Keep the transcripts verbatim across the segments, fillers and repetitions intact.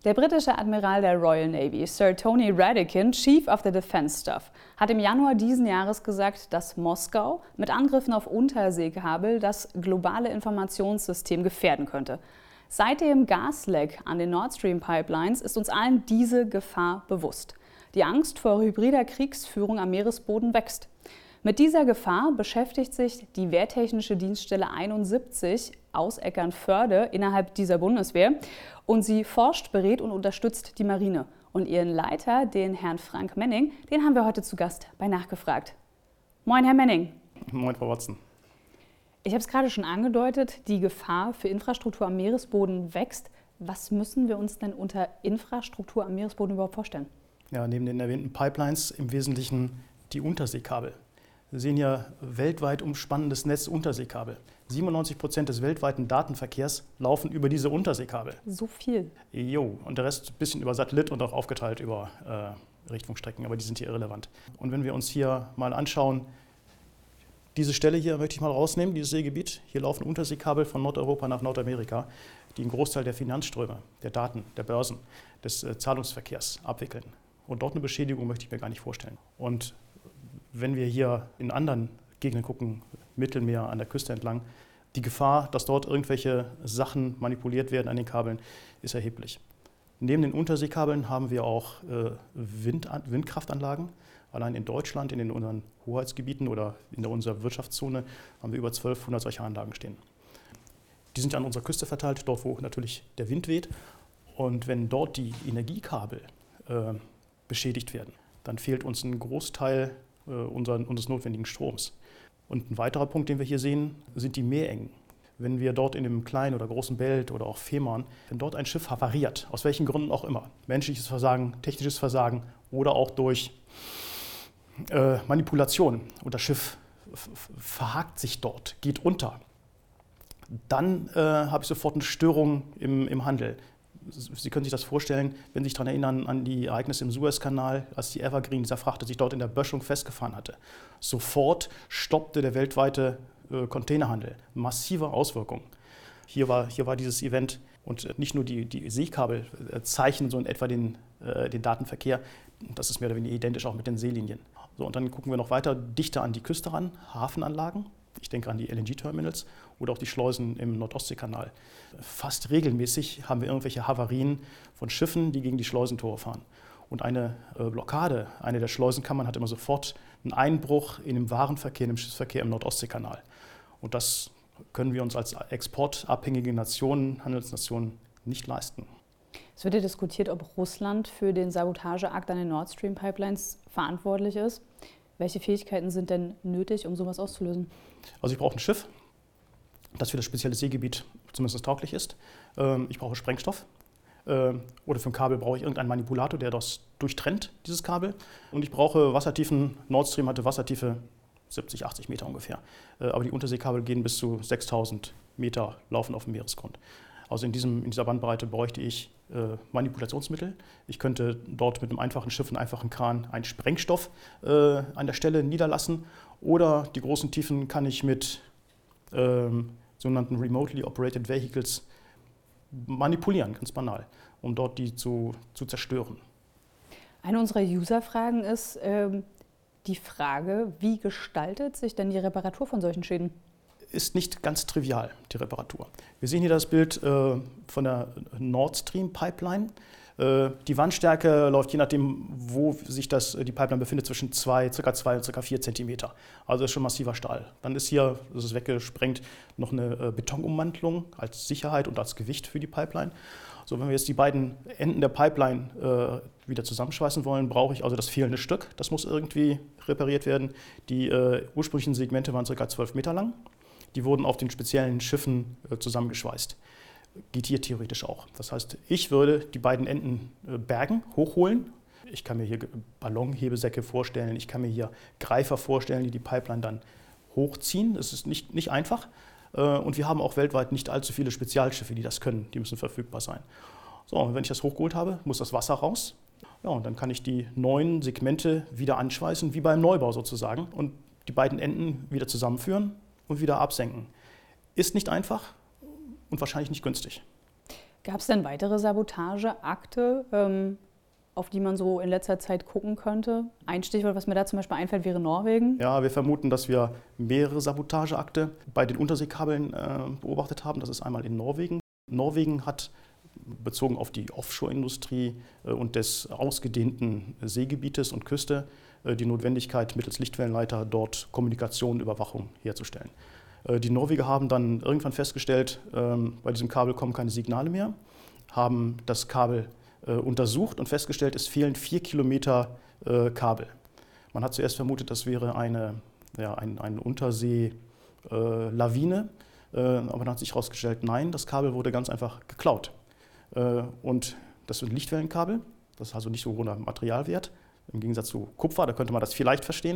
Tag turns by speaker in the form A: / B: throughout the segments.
A: Der britische Admiral der Royal Navy, Sir Tony Radakin, Chief of the Defence Staff, hat im Januar diesen Jahres gesagt, dass Moskau mit Angriffen auf Unterseekabel das globale Informationssystem gefährden könnte. Seit dem Gasleck an den Nord Stream Pipelines ist uns allen diese Gefahr bewusst. Die Angst vor hybrider Kriegsführung am Meeresboden wächst. Mit dieser Gefahr beschäftigt sich die Wehrtechnische Dienststelle einundsiebzig aus Eckernförde innerhalb dieser Bundeswehr und sie forscht, berät und unterstützt die Marine. Und ihren Leiter, den Herrn Frank Menning, den haben wir heute zu Gast bei Nachgefragt. Moin, Herr Menning.
B: Moin, Frau Watson.
A: Ich habe es gerade schon angedeutet, die Gefahr für Infrastruktur am Meeresboden wächst. Was müssen wir uns denn unter Infrastruktur am Meeresboden überhaupt vorstellen?
B: Ja, neben den erwähnten Pipelines im Wesentlichen die Unterseekabel. Wir sehen ja weltweit umspannendes Netz Unterseekabel. siebenundneunzig Prozent des weltweiten Datenverkehrs laufen über diese Unterseekabel.
A: So viel?
B: Jo, und der Rest ein bisschen über Satellit und auch aufgeteilt über äh, Richtfunkstrecken, aber die sind hier irrelevant. Und wenn wir uns hier mal anschauen, diese Stelle hier möchte ich mal rausnehmen, dieses Seegebiet. Hier laufen Unterseekabel von Nordeuropa nach Nordamerika, die einen Großteil der Finanzströme, der Daten, der Börsen, des äh, Zahlungsverkehrs abwickeln. Und dort eine Beschädigung möchte ich mir gar nicht vorstellen. Und wenn wir hier in anderen Gegenden gucken, Mittelmeer, an der Küste entlang, die Gefahr, dass dort irgendwelche Sachen manipuliert werden an den Kabeln, ist erheblich. Neben den Unterseekabeln haben wir auch äh, Wind, Windkraftanlagen. Allein in Deutschland, in den unseren Hoheitsgebieten oder in unserer Wirtschaftszone haben wir über zwölfhundert solcher Anlagen stehen. Die sind an unserer Küste verteilt, dort wo natürlich der Wind weht. Und wenn dort die Energiekabel äh, beschädigt werden, dann fehlt uns ein Großteil äh, unseren, unseres notwendigen Stroms. Und ein weiterer Punkt, den wir hier sehen, sind die Meerengen. Wenn wir dort in dem kleinen oder großen Belt oder auch Fehmarn, wenn dort ein Schiff havariert, aus welchen Gründen auch immer, menschliches Versagen, technisches Versagen oder auch durch äh, Manipulation und das Schiff verhakt sich dort, geht unter, dann äh, habe ich sofort eine Störung im, im Handel. Sie können sich das vorstellen, wenn Sie sich daran erinnern an die Ereignisse im Suezkanal, als die Evergreen, dieser Frachter, sich dort in der Böschung festgefahren hatte. Sofort stoppte der weltweite äh, Containerhandel. Massive Auswirkungen. Hier war, hier war dieses Event und nicht nur die, die Seekabel äh, zeichnen so in etwa den, äh, den Datenverkehr, das ist mehr oder weniger identisch auch mit den Seelinien. So, und dann gucken wir noch weiter dichter an die Küste ran, Hafenanlagen. Ich denke an die L N G-Terminals oder auch die Schleusen im Nordostseekanal. Fast regelmäßig haben wir irgendwelche Havarien von Schiffen, die gegen die Schleusentore fahren. Und eine äh, Blockade, eine der Schleusenkammern hat immer sofort einen Einbruch in dem Warenverkehr, im Schiffsverkehr im Nordostseekanal. Und das können wir uns als exportabhängige Nationen, Handelsnationen nicht leisten.
A: Es wird ja diskutiert, ob Russland für den Sabotageakt an den Nord Stream Pipelines verantwortlich ist. Welche Fähigkeiten sind denn nötig, um sowas auszulösen?
B: Also ich brauche ein Schiff, das für das spezielle Seegebiet zumindest tauglich ist. Ich brauche Sprengstoff. Oder für ein Kabel brauche ich irgendeinen Manipulator, der das durchtrennt, dieses Kabel. Und ich brauche Wassertiefen. Nord Stream hatte Wassertiefe siebzig, achtzig Meter ungefähr. Aber die Unterseekabel gehen bis zu sechstausend Meter, laufen auf dem Meeresgrund. Also in, diesem, in dieser Bandbreite bräuchte ich äh, Manipulationsmittel. Ich könnte dort mit einem einfachen Schiff, einem einfachen Kran einen Sprengstoff äh, an der Stelle niederlassen. Oder die großen Tiefen kann ich mit ähm, sogenannten Remotely Operated Vehicles manipulieren, ganz banal, um dort die zu, zu zerstören.
A: Eine unserer User-Fragen ist ähm, die Frage, wie gestaltet sich denn die Reparatur von solchen Schäden?
B: Ist nicht ganz trivial, die Reparatur. Wir sehen hier das Bild äh, von der Nord Stream Pipeline. Äh, die Wandstärke läuft je nachdem, wo sich das, die Pipeline befindet, zwischen zwei, ca. zwei und ca. vier Zentimeter. Also ist schon massiver Stahl. Dann ist hier, das ist weggesprengt, noch eine äh, Betonummantelung als Sicherheit und als Gewicht für die Pipeline. So, wenn wir jetzt die beiden Enden der Pipeline äh, wieder zusammenschweißen wollen, brauche ich also das fehlende Stück. Das muss irgendwie repariert werden. Die äh, ursprünglichen Segmente waren ca. zwölf Meter lang. Die wurden auf den speziellen Schiffen äh, zusammengeschweißt. Geht hier theoretisch auch. Das heißt, ich würde die beiden Enden äh, bergen, hochholen. Ich kann mir hier Ballonhebesäcke vorstellen, ich kann mir hier Greifer vorstellen, die die Pipeline dann hochziehen. Das ist nicht, nicht einfach. Äh, und wir haben auch weltweit nicht allzu viele Spezialschiffe, die das können. Die müssen verfügbar sein. So, und wenn ich das hochgeholt habe, muss das Wasser raus. Ja, und dann kann ich die neuen Segmente wieder anschweißen, wie beim Neubau sozusagen, und die beiden Enden wieder zusammenführen und wieder absenken. Ist nicht einfach und wahrscheinlich nicht günstig.
A: Gab es denn weitere Sabotageakte, ähm, auf die man so in letzter Zeit gucken könnte? Ein Stichwort, was mir da zum Beispiel einfällt, wäre Norwegen.
B: Ja, wir vermuten, dass wir mehrere Sabotageakte bei den Unterseekabeln äh, beobachtet haben. Das ist einmal in Norwegen. Norwegen hat bezogen auf die Offshore-Industrie äh, und des ausgedehnten Seegebietes und Küste äh, die Notwendigkeit, mittels Lichtwellenleiter dort Kommunikation, Überwachung herzustellen. Äh, die Norweger haben dann irgendwann festgestellt, äh, bei diesem Kabel kommen keine Signale mehr, haben das Kabel äh, untersucht und festgestellt, es fehlen vier Kilometer äh, Kabel. Man hat zuerst vermutet, das wäre eine, ja, ein, eine Untersee-Lawine, äh, aber dann hat sich herausgestellt, nein, das Kabel wurde ganz einfach geklaut. Äh, und das sind Lichtwellenkabel, das ist also nicht so hoher Materialwert, im Gegensatz zu Kupfer, da könnte man das vielleicht verstehen.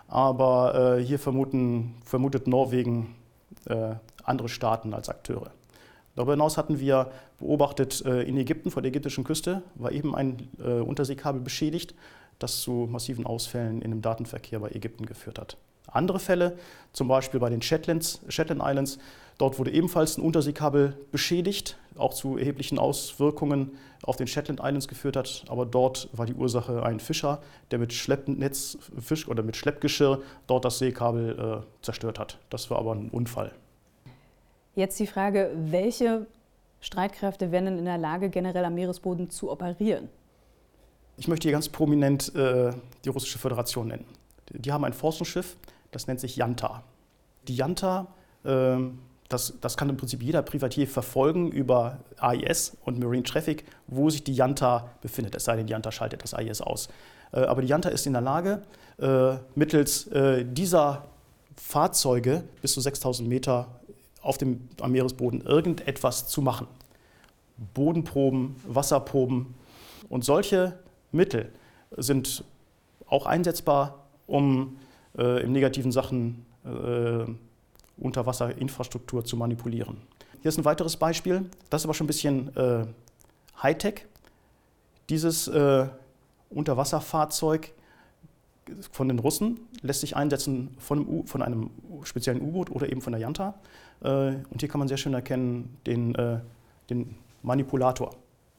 B: Aber äh, hier vermuten, vermutet Norwegen äh, andere Staaten als Akteure. Darüber hinaus hatten wir beobachtet, äh, in Ägypten, vor der ägyptischen Küste, war eben ein äh, Unterseekabel beschädigt, das zu massiven Ausfällen in dem Datenverkehr bei Ägypten geführt hat. Andere Fälle, zum Beispiel bei den Shetlands, Shetland Islands, dort wurde ebenfalls ein Unterseekabel beschädigt, auch zu erheblichen Auswirkungen auf den Shetland Islands geführt hat. Aber dort war die Ursache ein Fischer, der mit Schleppnetz, Fisch oder mit Schleppgeschirr dort das Seekabel äh, zerstört hat. Das war aber ein Unfall.
A: Jetzt die Frage, welche Streitkräfte wären denn in der Lage, generell am Meeresboden zu operieren?
B: Ich möchte hier ganz prominent äh, die Russische Föderation nennen. Die haben ein Forschungsschiff, das nennt sich Yanta. Die Yanta, äh, das, das kann im Prinzip jeder Privatier verfolgen über A I S und Marine Traffic, wo sich die Yanta befindet. Es sei denn, die Yanta schaltet das A I S aus. Äh, aber die Yanta ist in der Lage, äh, mittels äh, dieser Fahrzeuge bis zu sechstausend Meter auf dem, am Meeresboden irgendetwas zu machen. Bodenproben, Wasserproben und solche Mittel sind auch einsetzbar, um äh, im negativen Sachen äh, Unterwasserinfrastruktur zu manipulieren. Hier ist ein weiteres Beispiel, das ist aber schon ein bisschen äh, Hightech. Dieses äh, Unterwasserfahrzeug von den Russen lässt sich einsetzen von einem, U, von einem speziellen U-Boot oder eben von der Yanta. Äh, und hier kann man sehr schön erkennen den, äh, den Manipulator.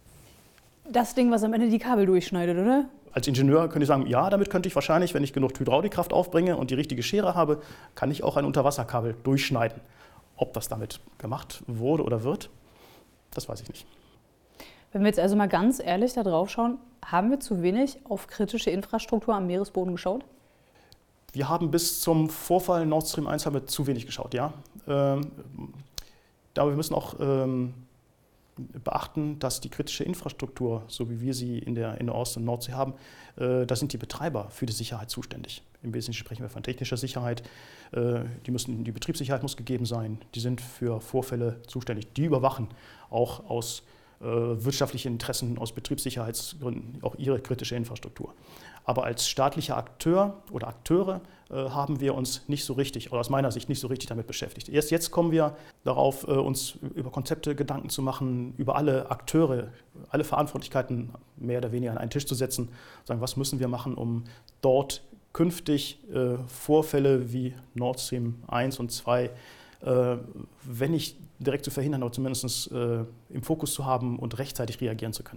A: Das Ding, was am Ende die Kabel durchschneidet, oder?
B: Als Ingenieur könnte ich sagen, ja, damit könnte ich wahrscheinlich, wenn ich genug Hydraulikkraft aufbringe und die richtige Schere habe, kann ich auch ein Unterwasserkabel durchschneiden. Ob das damit gemacht wurde oder wird, das weiß ich nicht.
A: Wenn wir jetzt also mal ganz ehrlich da drauf schauen, haben wir zu wenig auf kritische Infrastruktur am Meeresboden geschaut?
B: Wir haben bis zum Vorfall Nord Stream eins haben wir zu wenig geschaut, ja. Ähm, aber wir müssen auch ähm, beachten, dass die kritische Infrastruktur, so wie wir sie in der, in der Ost- und Nordsee haben, äh, da sind die Betreiber für die Sicherheit zuständig. Im Wesentlichen sprechen wir von technischer Sicherheit. Äh, die, müssen, die Betriebssicherheit muss gegeben sein. Die sind für Vorfälle zuständig. Die überwachen auch aus äh, wirtschaftlichen Interessen, aus Betriebssicherheitsgründen auch ihre kritische Infrastruktur. Aber als staatlicher Akteur oder Akteure äh, haben wir uns nicht so richtig, oder aus meiner Sicht nicht so richtig damit beschäftigt. Erst jetzt kommen wir darauf, äh, uns über Konzepte Gedanken zu machen, über alle Akteure, alle Verantwortlichkeiten mehr oder weniger an einen Tisch zu setzen, sagen, was müssen wir machen, um dort künftig äh, Vorfälle wie Nord Stream eins und zwei, äh, wenn nicht direkt zu verhindern, aber zumindest äh, im Fokus zu haben und rechtzeitig reagieren zu können.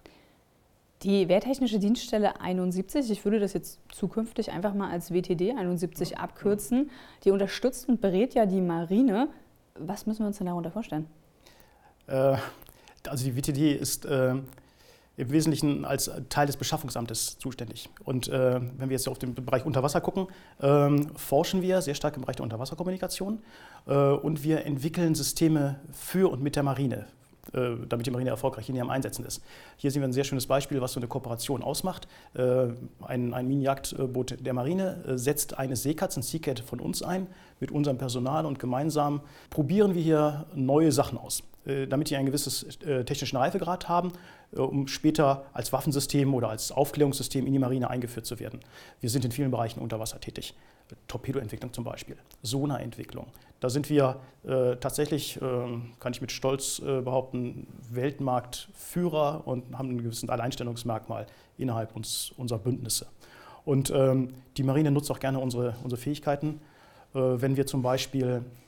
A: Die Wehrtechnische Dienststelle einundsiebzig, ich würde das jetzt zukünftig einfach mal als W T D einundsiebzig abkürzen, die unterstützt und berät ja die Marine. Was müssen wir uns denn darunter vorstellen?
B: Äh, also die W T D ist äh, im Wesentlichen als Teil des Beschaffungsamtes zuständig. Und äh, wenn wir jetzt auf den Bereich Unterwasser gucken, äh, forschen wir sehr stark im Bereich der Unterwasserkommunikation äh, und wir entwickeln Systeme für und mit der Marine, damit die Marine erfolgreich in ihrem Einsätzen ist. Hier sehen wir ein sehr schönes Beispiel, was so eine Kooperation ausmacht. Ein, ein Minenjagdboot der Marine setzt eine Seekatz, ein Seacat von uns ein, mit unserem Personal und gemeinsam probieren wir hier neue Sachen aus, damit die ein gewisses technischen Reifegrad haben, um später als Waffensystem oder als Aufklärungssystem in die Marine eingeführt zu werden. Wir sind in vielen Bereichen unter Wasser tätig. Torpedoentwicklung zum Beispiel, Sonarentwicklung. Da sind wir äh, tatsächlich, äh, kann ich mit Stolz äh, behaupten, Weltmarktführer und haben ein gewisses Alleinstellungsmerkmal innerhalb uns, unserer Bündnisse. Und ähm, die Marine nutzt auch gerne unsere, unsere Fähigkeiten, äh, wenn wir zum Beispiel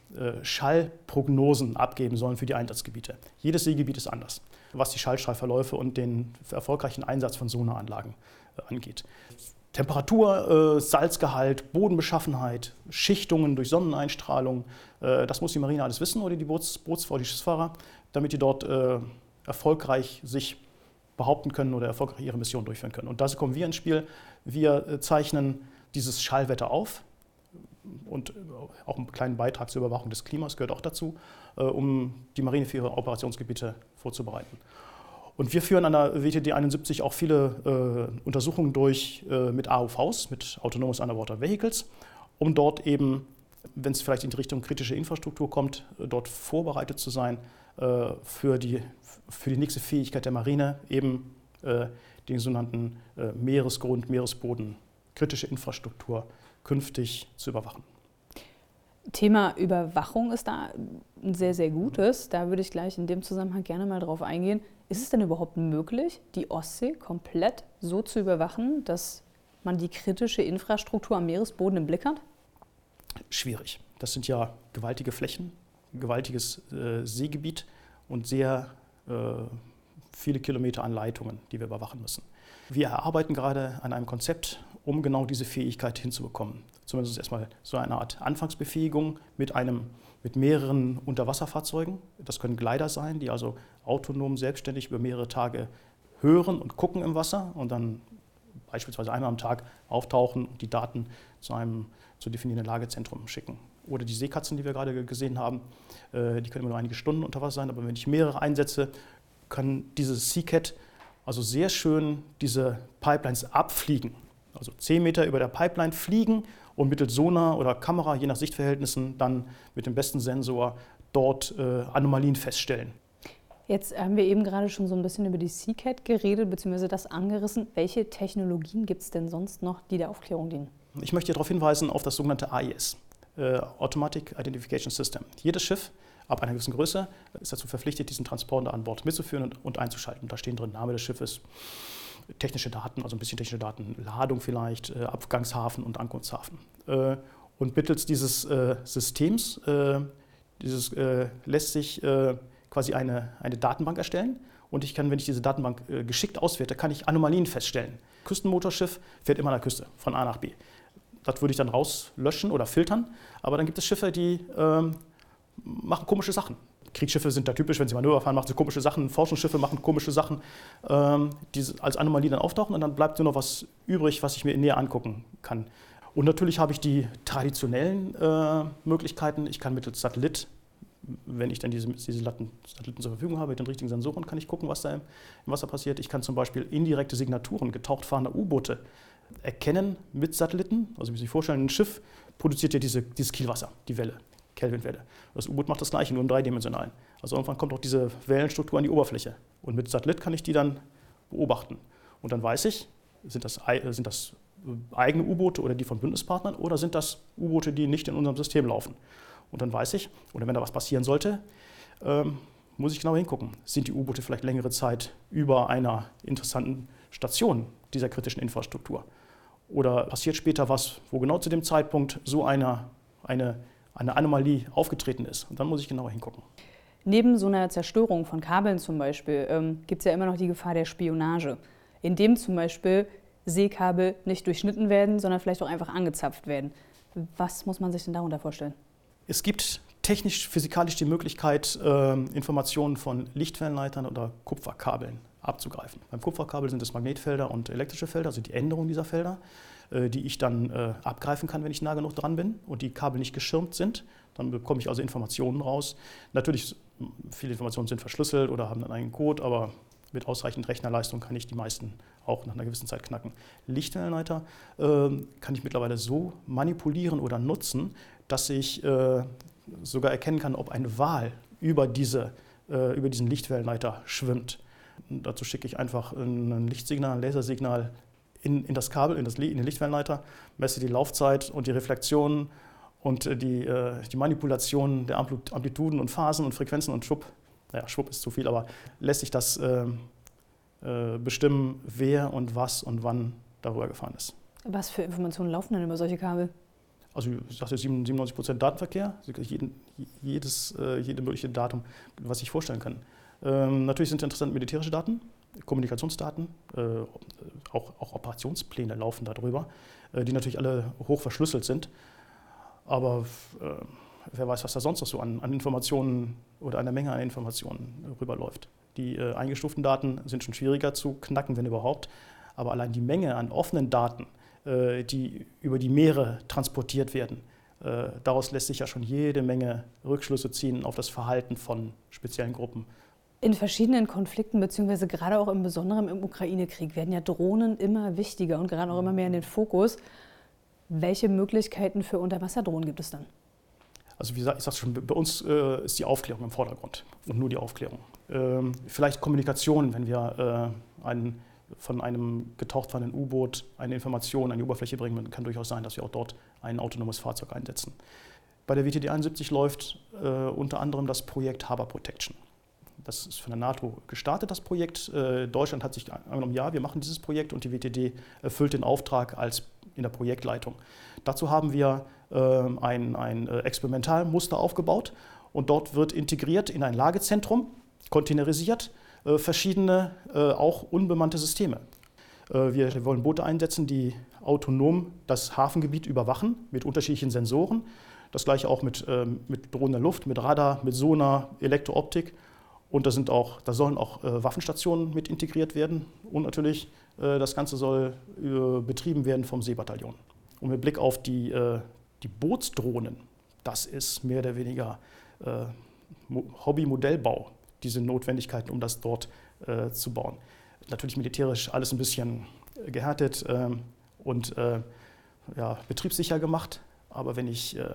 B: äh, Schallprognosen abgeben sollen für die Einsatzgebiete. Jedes Seegebiet ist anders, was die Schallstrahlverläufe und den erfolgreichen Einsatz von Sonaranlagen äh, angeht. Temperatur, äh, Salzgehalt, Bodenbeschaffenheit, Schichtungen durch Sonneneinstrahlung, äh, das muss die Marine alles wissen oder die Boots, Bootsfrau, die Schiffsfahrer, damit die dort äh, erfolgreich sich behaupten können oder erfolgreich ihre Mission durchführen können. Und da kommen wir ins Spiel. Wir äh, zeichnen dieses Schallwetter auf und auch einen kleinen Beitrag zur Überwachung des Klimas gehört auch dazu, äh, um die Marine für ihre Operationsgebiete vorzubereiten. Und wir führen an der W T D einundsiebzig auch viele äh, Untersuchungen durch äh, mit A U Vs, mit Autonomous Underwater Vehicles, um dort eben, wenn es vielleicht in die Richtung kritische Infrastruktur kommt, äh, dort vorbereitet zu sein äh, für, die, für die nächste Fähigkeit der Marine, eben äh, den sogenannten äh, Meeresgrund, Meeresboden, kritische Infrastruktur künftig zu überwachen.
A: Thema Überwachung ist da ein sehr, sehr gutes. Da würde ich gleich in dem Zusammenhang gerne mal drauf eingehen. Ist es denn überhaupt möglich, die Ostsee komplett so zu überwachen, dass man die kritische Infrastruktur am Meeresboden im Blick hat?
B: Schwierig. Das sind ja gewaltige Flächen, gewaltiges äh, Seegebiet und sehr äh, viele Kilometer an Leitungen, die wir überwachen müssen. Wir erarbeiten gerade an einem Konzept, um genau diese Fähigkeit hinzubekommen. Zumindest erstmal so eine Art Anfangsbefähigung mit, einem, mit mehreren Unterwasserfahrzeugen. Das können Glider sein, die also autonom, selbstständig über mehrere Tage hören und gucken im Wasser und dann beispielsweise einmal am Tag auftauchen und die Daten zu einem zu definierenden Lagezentrum schicken. Oder die Seekatzen, die wir gerade gesehen haben, die können immer nur einige Stunden unter Wasser sein, aber wenn ich mehrere einsetze, kann dieses Seacat also sehr schön diese Pipelines abfliegen. Also zehn Meter über der Pipeline fliegen und mittels Sonar oder Kamera, je nach Sichtverhältnissen, dann mit dem besten Sensor dort äh, Anomalien feststellen.
A: Jetzt haben wir eben gerade schon so ein bisschen über die Seacat geredet, beziehungsweise das angerissen. Welche Technologien gibt es denn sonst noch, die der Aufklärung dienen?
B: Ich möchte darauf hinweisen auf das sogenannte A I S, äh, Automatic Identification System. Jedes Schiff ab einer gewissen Größe ist dazu verpflichtet, diesen Transponder an Bord mitzuführen und, und einzuschalten. Da stehen drin Name des Schiffes, technische Daten, also ein bisschen technische Daten, Ladung vielleicht, äh, Abgangshafen und Ankunftshafen. Äh, und mittels dieses äh, Systems äh, dieses, äh, lässt sich äh, quasi eine, eine Datenbank erstellen. Und ich kann, wenn ich diese Datenbank äh, geschickt auswerte, kann ich Anomalien feststellen. Küstenmotorschiff fährt immer an der Küste, von A nach B. Das würde ich dann rauslöschen oder filtern. Aber dann gibt es Schiffe, die äh, machen komische Sachen. Kriegsschiffe sind da typisch, wenn sie Manöver fahren, machen sie komische Sachen. Forschungsschiffe machen komische Sachen, ähm, die als Anomalie dann auftauchen und dann bleibt nur noch was übrig, was ich mir näher angucken kann. Und natürlich habe ich die traditionellen äh, Möglichkeiten. Ich kann mittels Satellit, wenn ich dann diese, diese Latten, Satelliten zur Verfügung habe, mit den richtigen Sensoren, kann ich gucken, was da im, im Wasser passiert. Ich kann zum Beispiel indirekte Signaturen getaucht fahrender U-Boote erkennen mit Satelliten. Also wie Sie sich vorstellen, ein Schiff produziert ja diese, dieses Kielwasser, die Welle. Kelvinwelle. Das U-Boot macht das Gleiche, nur im dreidimensionalen. Also irgendwann kommt auch diese Wellenstruktur an die Oberfläche. Und mit Satellit kann ich die dann beobachten. Und dann weiß ich, sind das, sind das eigene U-Boote oder die von Bündnispartnern oder sind das U-Boote, die nicht in unserem System laufen. Und dann weiß ich, oder wenn da was passieren sollte, ähm, muss ich genau hingucken. Sind die U-Boote vielleicht längere Zeit über einer interessanten Station dieser kritischen Infrastruktur? Oder passiert später was, wo genau zu dem Zeitpunkt so eine, eine eine Anomalie aufgetreten ist. Und dann muss ich genauer hingucken.
A: Neben so einer Zerstörung von Kabeln zum Beispiel ähm, gibt es ja immer noch die Gefahr der Spionage, indem zum Beispiel Seekabel nicht durchschnitten werden, sondern vielleicht auch einfach angezapft werden. Was muss man sich denn darunter vorstellen?
B: Es gibt technisch-physikalisch die Möglichkeit, äh, Informationen von Lichtwellenleitern oder Kupferkabeln abzugreifen. Beim Kupferkabel sind es Magnetfelder und elektrische Felder, also die Änderung dieser Felder, äh, die ich dann äh, abgreifen kann, wenn ich nah genug dran bin und die Kabel nicht geschirmt sind. Dann bekomme ich also Informationen raus. Natürlich, viele Informationen sind verschlüsselt oder haben dann einen Code, aber mit ausreichend Rechnerleistung kann ich die meisten auch nach einer gewissen Zeit knacken. Lichtwellenleiter äh, kann ich mittlerweile so manipulieren oder nutzen, dass ich äh, sogar erkennen kann, ob ein Wal über, diese, äh, über diesen Lichtwellenleiter schwimmt. Und dazu schicke ich einfach ein Lichtsignal, ein Lasersignal in, in das Kabel, in, das, in den Lichtwellenleiter, messe die Laufzeit und die Reflexionen und die, äh, die Manipulation der Amplituden und Phasen und Frequenzen und schwupp, naja, schwupp ist zu viel, aber lässt sich das äh, äh, bestimmen, wer und was und wann darüber gefahren ist.
A: Was für Informationen laufen denn über solche Kabel?
B: Also ich sagte siebenundneunzig Prozent Datenverkehr, jeden, jedes, jede mögliche Datum, was ich vorstellen kann. Ähm, natürlich sind interessant militärische Daten, Kommunikationsdaten, äh, auch, auch Operationspläne laufen darüber, äh, die natürlich alle hoch verschlüsselt sind. Aber äh, wer weiß, was da sonst noch so an, an Informationen oder einer Menge an Informationen rüberläuft. Die äh, eingestuften Daten sind schon schwieriger zu knacken, wenn überhaupt. Aber allein die Menge an offenen Daten, äh, die über die Meere transportiert werden, äh, daraus lässt sich ja schon jede Menge Rückschlüsse ziehen auf das Verhalten von speziellen Gruppen.
A: In verschiedenen Konflikten, beziehungsweise gerade auch im Besonderen im Ukraine-Krieg, werden ja Drohnen immer wichtiger und gerade auch immer mehr in den Fokus. Welche Möglichkeiten für Unterwasserdrohnen gibt es dann?
B: Also wie gesagt, ich sage schon, bei uns äh, ist die Aufklärung im Vordergrund und nur die Aufklärung. Ähm, vielleicht Kommunikation, wenn wir äh, einen, von einem getaucht fahrenden U-Boot eine Information an die Oberfläche bringen, kann durchaus sein, dass wir auch dort ein autonomes Fahrzeug einsetzen. Bei der W T D einundsiebzig läuft äh, unter anderem das Projekt Harbor Protection. Das ist von der NATO gestartet, das Projekt. Deutschland hat sich angenommen, ja, wir machen dieses Projekt und die W T D erfüllt den Auftrag als in der Projektleitung. Dazu haben wir ein, ein Experimentalmuster aufgebaut und dort wird integriert in ein Lagezentrum, containerisiert, verschiedene, auch unbemannte Systeme. Wir wollen Boote einsetzen, die autonom das Hafengebiet überwachen mit unterschiedlichen Sensoren. Das gleiche auch mit, mit drohender Luft, mit Radar, mit Sonar, Elektrooptik. Und da, sind auch, da sollen auch äh, Waffenstationen mit integriert werden. Und natürlich, äh, das Ganze soll äh, betrieben werden vom Seebataillon. Und mit Blick auf die, äh, die Bootsdrohnen, das ist mehr oder weniger äh, Hobby-Modellbau, diese Notwendigkeiten, um das dort äh, zu bauen. Natürlich militärisch alles ein bisschen gehärtet äh, und äh, ja, betriebssicher gemacht. Aber wenn ich äh,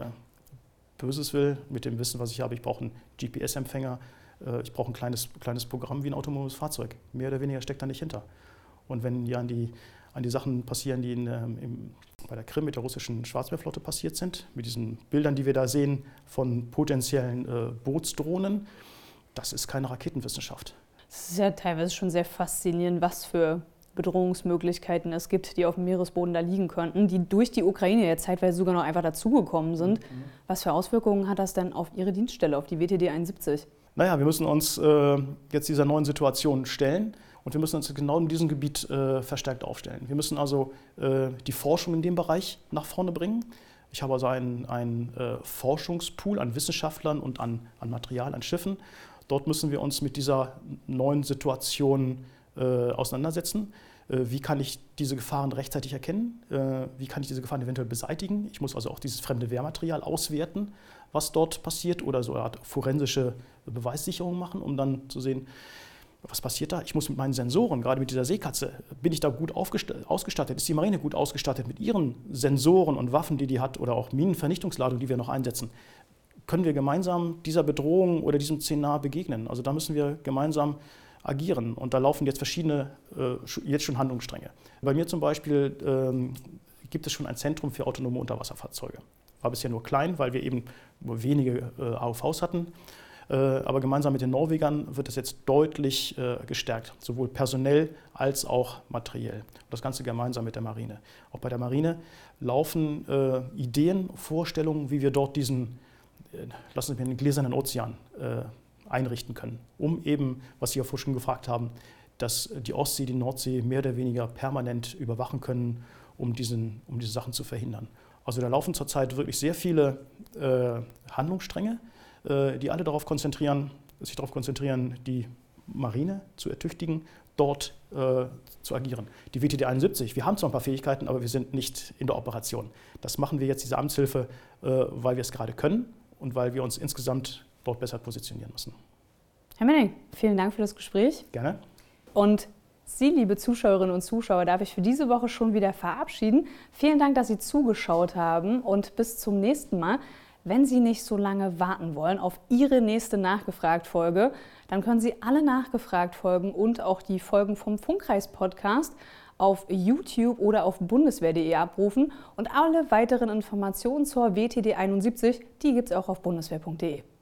B: Böses will, mit dem Wissen, was ich habe, ich brauche einen G P S-Empfänger, ich brauche ein kleines, kleines Programm wie ein autonomes Fahrzeug. Mehr oder weniger steckt da nicht hinter. Und wenn ja an die, an die Sachen passieren, die in, im, bei der Krim mit der russischen Schwarzmeerflotte passiert sind, mit diesen Bildern, die wir da sehen von potenziellen äh, Bootsdrohnen, das ist keine Raketenwissenschaft.
A: Es ist ja teilweise schon sehr faszinierend, was für Bedrohungsmöglichkeiten es gibt, die auf dem Meeresboden da liegen könnten, die durch die Ukraine jetzt zeitweise sogar noch einfach dazugekommen sind. Mhm. Was für Auswirkungen hat das denn auf Ihre Dienststelle, auf die W T D einundsiebzig?
B: Naja, wir müssen uns äh, jetzt dieser neuen Situation stellen und wir müssen uns genau in diesem Gebiet äh, verstärkt aufstellen. Wir müssen also äh, die Forschung in dem Bereich nach vorne bringen. Ich habe also einen, einen äh, Forschungspool an Wissenschaftlern und an, an Material, an Schiffen. Dort müssen wir uns mit dieser neuen Situation äh, auseinandersetzen. Äh, wie kann ich diese Gefahren rechtzeitig erkennen? Äh, wie kann ich diese Gefahren eventuell beseitigen? Ich muss also auch dieses fremde Wehrmaterial auswerten, was dort passiert, oder so eine Art forensische Beweissicherung machen, um dann zu sehen, was passiert da? Ich muss mit meinen Sensoren, gerade mit dieser Seekatze, bin ich da gut ausgestattet? Ist die Marine gut ausgestattet mit ihren Sensoren und Waffen, die die hat, oder auch Minenvernichtungsladungen, die wir noch einsetzen? Können wir gemeinsam dieser Bedrohung oder diesem Szenar begegnen? Also da müssen wir gemeinsam agieren. Und da laufen jetzt verschiedene, äh, jetzt schon Handlungsstränge. Bei mir zum Beispiel ähm, gibt es schon ein Zentrum für autonome Unterwasserfahrzeuge. War bisher nur klein, weil wir eben nur wenige äh, A O Vs hatten. Äh, aber gemeinsam mit den Norwegern wird es jetzt deutlich äh, gestärkt, sowohl personell als auch materiell. Und das Ganze gemeinsam mit der Marine. Auch bei der Marine laufen äh, Ideen, Vorstellungen, wie wir dort diesen, äh, lassen Sie mich einen gläsernen Ozean äh, einrichten können, um eben, was Sie ja vorhin schon gefragt haben, dass die Ostsee, die Nordsee mehr oder weniger permanent überwachen können, um, diesen, um diese Sachen zu verhindern. Also da laufen zurzeit wirklich sehr viele äh, Handlungsstränge, äh, die alle darauf konzentrieren, sich darauf konzentrieren, die Marine zu ertüchtigen, dort äh, zu agieren. Die W T D einundsiebzig, wir haben zwar ein paar Fähigkeiten, aber wir sind nicht in der Operation. Das machen wir jetzt, diese Amtshilfe, äh, weil wir es gerade können und weil wir uns insgesamt dort besser positionieren müssen.
A: Herr Menning, vielen Dank für das Gespräch.
B: Gerne.
A: Und Sie, liebe Zuschauerinnen und Zuschauer, darf ich für diese Woche schon wieder verabschieden. Vielen Dank, dass Sie zugeschaut haben und bis zum nächsten Mal. Wenn Sie nicht so lange warten wollen auf Ihre nächste Nachgefragt-Folge, dann können Sie alle Nachgefragt-Folgen und auch die Folgen vom Funkkreis-Podcast auf YouTube oder auf bundeswehr punkt de abrufen. Und alle weiteren Informationen zur W T D einundsiebzig, die gibt es auch auf bundeswehr punkt de.